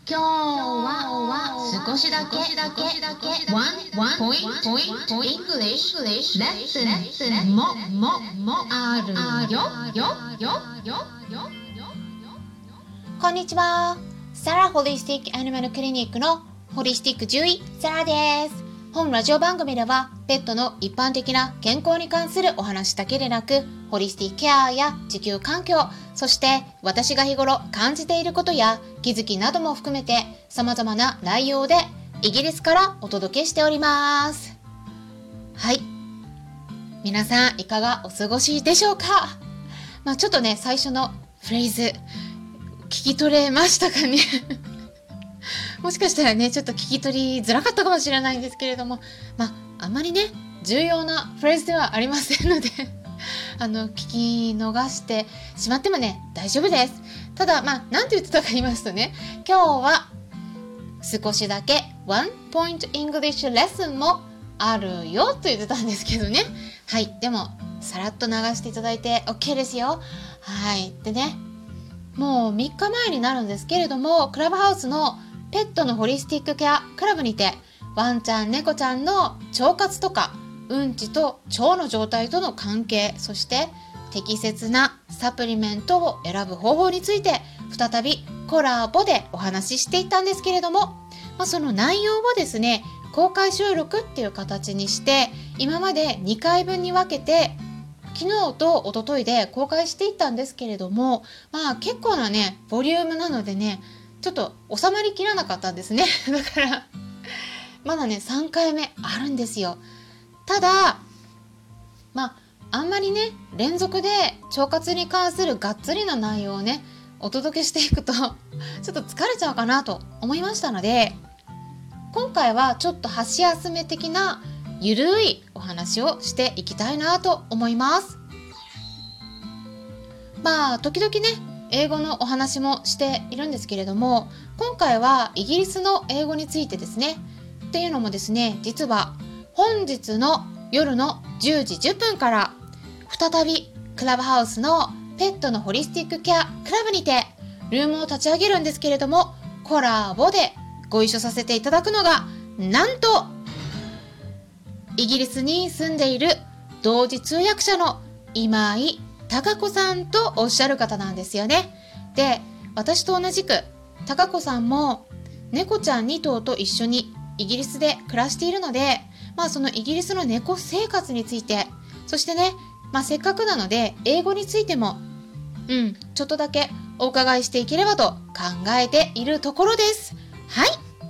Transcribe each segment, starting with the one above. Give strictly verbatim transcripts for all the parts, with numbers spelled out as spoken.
今日は少しだけ One point point English lesson もももあるよよよよよ。 こんにちは。サラホリスティックアニマルクリニックのホリスティック獣医サラです。本ラジオ番組ではペットの一般的な健康に関するお話だけでなく、ホリスティックケアや地球環境、そして私が日頃感じていることや気づきなども含めて様々な内容でイギリスからお届けしております。はい。皆さんいかがお過ごしでしょうか？まあちょっとね、最初のフレーズ聞き取れましたかねもしかしたらね、ちょっと聞き取りづらかったかもしれないんですけれども、まあ、あんまりね、重要なフレーズではありませんのであの、聞き逃してしまってもね、大丈夫です。ただ、まあ、なんて言ってたか言いますとね、今日は少しだけ One Point English Lesson もあるよと言ってたんですけどね。はい、でも、さらっと流していただいて OK ですよ。はい、でね、もうみっかまえになるんですけれども、クラブハウスのペットのホリスティックケアクラブにて、ワンちゃん猫ちゃんの腸活とかうんちと腸の状態との関係、そして適切なサプリメントを選ぶ方法について再びコラボでお話ししていったんですけれども、まあ、その内容をですね、公開収録っていう形にして今までにかいぶんに分けて昨日と一昨日で公開していったんですけれども、まあ結構なねボリュームなのでね、ちょっと収まりきらなかったんですねだからまだねさんかいめあるんですよ。ただまああんまりね連続で腸活に関するがっつりな内容をねお届けしていくとちょっと疲れちゃうかなと思いましたので、今回はちょっと箸休め的なゆるいお話をしていきたいなと思います。まあ時々ね英語のお話もしているんですけれども、今回はイギリスの英語についてですね。っていうのもですね、実は本日の夜のじゅうじじゅっぷんから再びクラブハウスのペットのホリスティックケアクラブにてルームを立ち上げるんですけれども、コラボでご一緒させていただくのが、なんとイギリスに住んでいる同時通訳者の今井貴子さんとおっしゃる方なんですよね。で、私と同じく貴子さんも猫ちゃんに頭と一緒にイギリスで暮らしているので、まあそのイギリスの猫生活について、そしてね、まあせっかくなので英語についても、うん、ちょっとだけお伺いしていければと考えているところです。はい。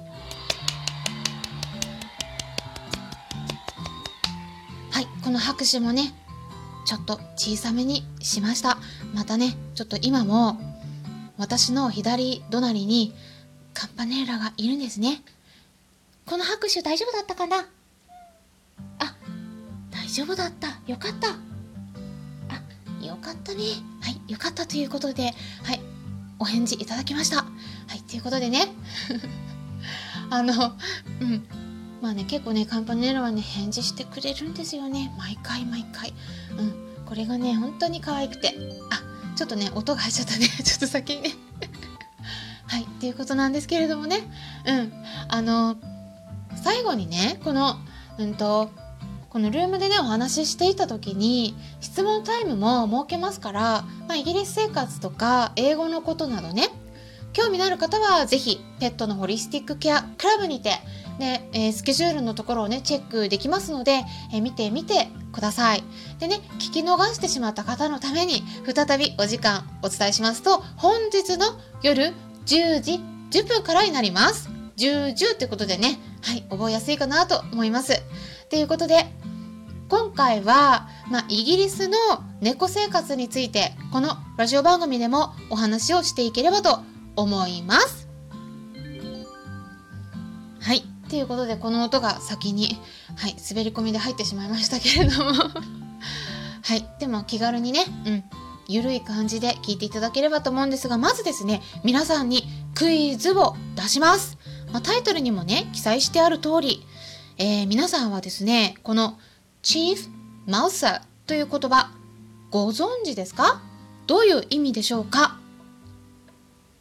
はい、この拍手もね、ちょっと小さめにしました。またね、ちょっと今も私の左隣にカンパネーラがいるんですね。この拍手大丈夫だったかな？あ、大丈夫だった。よかった。あ、よかったね。はい、よかったということで、はい、お返事いただきました。はい、ということでね、あの、うん。まあね、結構ね、カンパネーラはね、返事してくれるんですよね。毎回毎回。うん。これがね、本当に可愛くて。あ、ちょっとね、音が入っちゃったね。ちょっと先にね。はい、っていうことなんですけれどもね。うん。あの、最後にね、この、うんと、このルームでね、お話ししていた時に、質問タイムも設けますから、まあ、イギリス生活とか、英語のことなどね、興味のある方は、ぜひ、ペットのホリスティックケアクラブにて、で、えー、スケジュールのところをね、チェックできますので、えー、見てみてください。でね、聞き逃してしまった方のために、再びお時間お伝えしますと、本日の夜じゅうじじゅっぷんからになります。じゅう、じゅうってことでね、はい、覚えやすいかなと思います。ということで、今回は、まあ、イギリスの猫生活について、このラジオ番組でもお話をしていければと思います。はい。ということで、この音が先に、はい、滑り込みで入ってしまいましたけれどもはい。でも気軽にね、うん、ゆるい感じで聞いていただければと思うんですが、まずですね、皆さんにクイズを出します。まあ、タイトルにもね、記載してある通り、えー、皆さんはですね、この Chief Mouser という言葉、ご存知ですか？どういう意味でしょうか？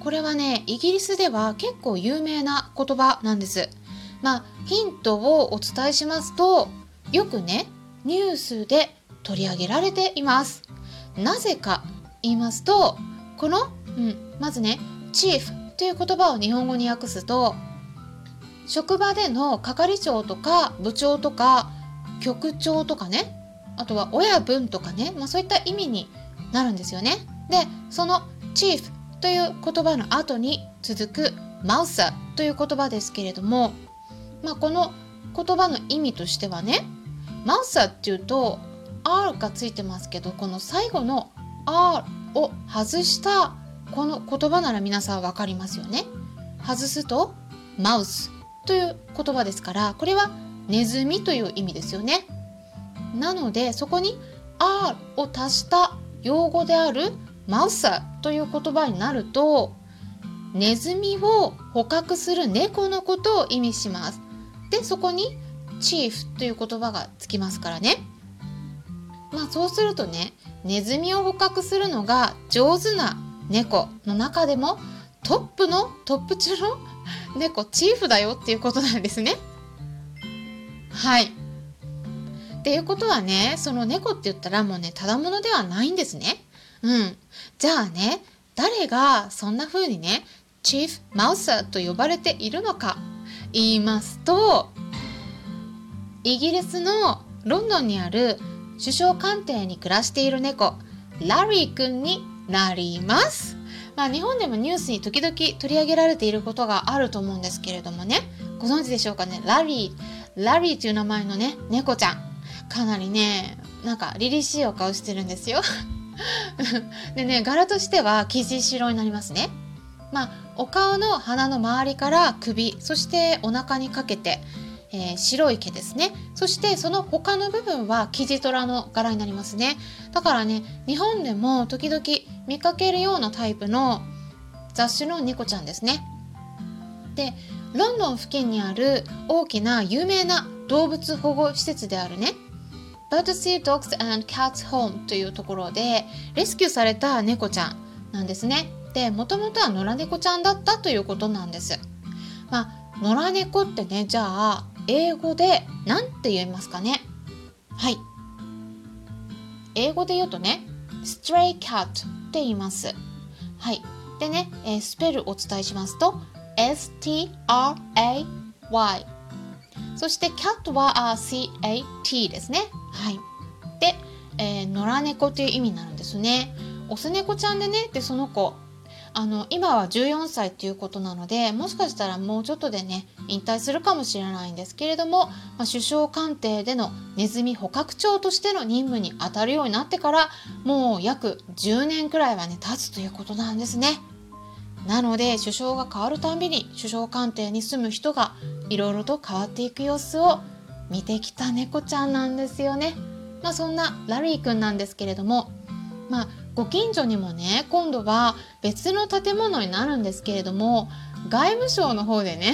これはね、イギリスでは結構有名な言葉なんです。まあ、ヒントをお伝えしますと、よくね、ニュースで取り上げられています。なぜか言いますと、この、うん、まずね、チーフという言葉を日本語に訳すと、職場での係長とか部長とか局長とかね、あとは親分とかね、まあ、そういった意味になるんですよね。で、そのチーフという言葉の後に続くマウサという言葉ですけれども、まあ、この言葉の意味としてはね、マウサっていうと R がついてますけど、この最後の R を外したこの言葉なら皆さん分かりますよね。外すとマウスという言葉ですから、これはネズミという意味ですよね。なのでそこに R を足した用語であるマウサという言葉になると、ネズミを捕獲する猫のことを意味します。で、そこにチーフという言葉がつきますからね。まあそうするとね、ネズミを捕獲するのが上手な猫の中でもトップのトップ中の猫チーフだよっていうことなんですね。はい。っていうことはね、その猫って言ったらもうね、ただものではないんですね。うん。じゃあね、誰がそんな風にね、チーフマウサーと呼ばれているのか言いますと、イギリスのロンドンにある首相官邸に暮らしている猫、ラリーくんになります。まあ、日本でもニュースに時々取り上げられていることがあると思うんですけれどもね、ご存知でしょうかね。ラリー、ラリーという名前のね、猫ちゃん。かなりね、なんか凛々しいお顔してるんですよ。でね、柄としては生地白になりますね。まあ、お顔の鼻の周りから首、そしてお腹にかけて、えー、白い毛ですね。そしてその他の部分はキジトラの柄になりますね。だからね、日本でも時々見かけるようなタイプの雑種の猫ちゃんですね。で、ロンドン付近にある大きな有名な動物保護施設であるね、Battersea Dogs and Cats Home というところでレスキューされた猫ちゃんなんですね。で、もともとは野良猫ちゃんだったということなんです。まあ、野良猫ってね、じゃあ英語でなんて言いますかね。はい。英語で言うとね、Stray Cat って言います。はい。でね、えー、スペルお伝えしますと エスティーアールエーワイ、 そして Cat は シーエーティー ですね。はい。で、えー、野良猫という意味になるんですね。オス猫ちゃんでね、でその子あの今はじゅうよんさいということなので、もしかしたらもうちょっとでね引退するかもしれないんですけれども、まあ、首相官邸でのネズミ捕獲長としての任務に当たるようになってからもう約じゅうねんくらいはね経つということなんですね。なので首相が変わるたんびに首相官邸に住む人がいろいろと変わっていく様子を見てきた猫ちゃんなんですよね。まあ、そんなラリーくんなんですけれども、まあご近所にもね、今度は別の建物になるんですけれども、外務省の方でね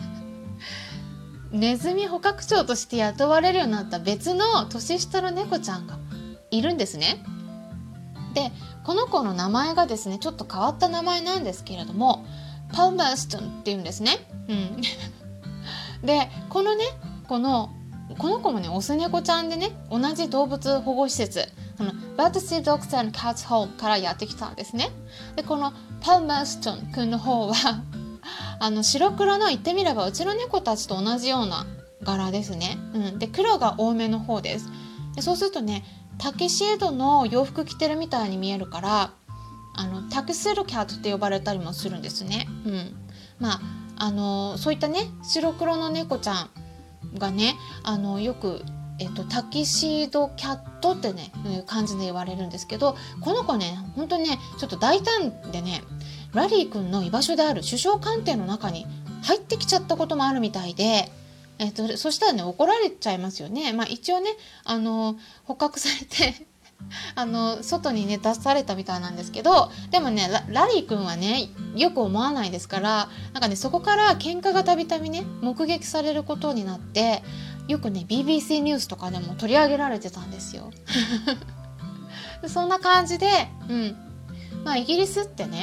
ネズミ捕獲長として雇われるようになった別の年下の猫ちゃんがいるんですね。で、この子の名前がですね、ちょっと変わった名前なんですけれども、パルマーストンっていうんですね。うん、で、このね、このこの子もね、オス猫ちゃんでね、同じ動物保護施設、バッドシー・ドッグス&キャッツ・ホームからやってきたんですね。で、このパルマーストン君の方はあの白黒の、言ってみればうちの猫たちと同じような柄ですね。うん、で、黒が多めの方です。で、そうするとね、タキシエドの洋服着てるみたいに見えるから、あのタキシエドキャットって呼ばれたりもするんですね。うん、まああのそういったね、白黒の猫ちゃんがね、あのよく、えっと、タキシードキャットってねいう感じで言われるんですけど、この子ね本当にねちょっと大胆でね、ラリー君の居場所である首相官邸の中に入ってきちゃったこともあるみたいで、えっと、そしたらね怒られちゃいますよね。まあ一応ね、あの捕獲されてあの外にね出されたみたいなんですけど、でもね ラ, ラリー君はねよく思わないですから、なんかねそこから喧嘩がたびたびね目撃されることになって、よくね ビービーシー ニュースとかでも取り上げられてたんですよそんな感じで、うん、まあイギリスってね、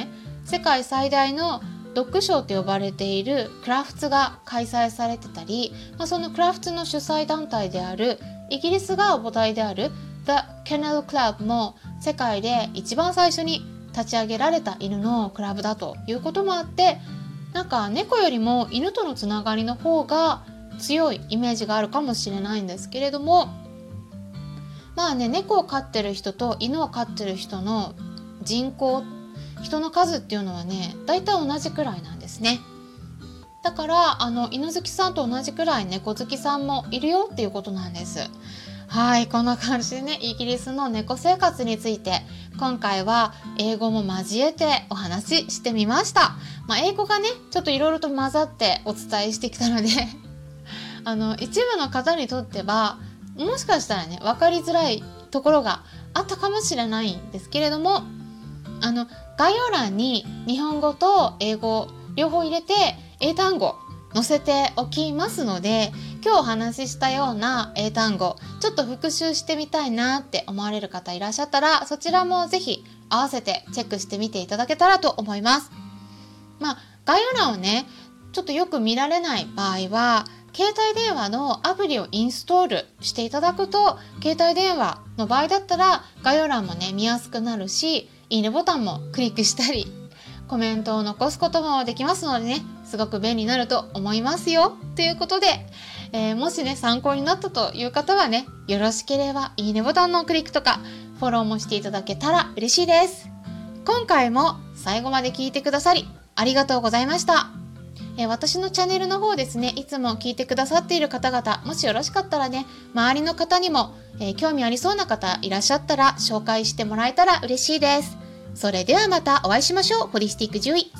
世界最大のドッグショーと呼ばれているクラフツが開催されてたり、まあ、そのクラフツの主催団体であるイギリスが母体である The Kennel Club も世界で一番最初に立ち上げられた犬のクラブだということもあって、なんか猫よりも犬とのつながりの方が強いイメージがあるかもしれないんですけれども、まあね、猫を飼ってる人と犬を飼ってる人の人口、人の数っていうのはね、だいたい同じくらいなんですね。だからあの犬好きさんと同じくらい猫好きさんもいるよっていうことなんです。はい、こんな感じでね、イギリスの猫生活について今回は英語も交えてお話ししてみました。まあ、英語がねちょっといろいろと混ざってお伝えしてきたのであの一部の方にとってはもしかしたらね分かりづらいところがあったかもしれないんですけれども、あの概要欄に日本語と英語両方入れて英単語載せておきますので、今日お話ししたような英単語ちょっと復習してみたいなって思われる方いらっしゃったら、そちらもぜひ合わせてチェックしてみていただけたらと思います。まあ概要欄をねちょっとよく見られない場合は携帯電話のアプリをインストールしていただくと、携帯電話の場合だったら概要欄もね見やすくなるし、いいねボタンもクリックしたりコメントを残すこともできますのでね、すごく便利になると思いますよということで、えー、もしね参考になったという方はね、よろしければいいねボタンのクリックとかフォローもしていただけたら嬉しいです。今回も最後まで聞いてくださりありがとうございました。えー、私のチャンネルの方ですね、いつも聞いてくださっている方々、もしよろしかったらね、周りの方にも、えー、興味ありそうな方いらっしゃったら紹介してもらえたら嬉しいです。それではまたお会いしましょう。ホリスティック獣医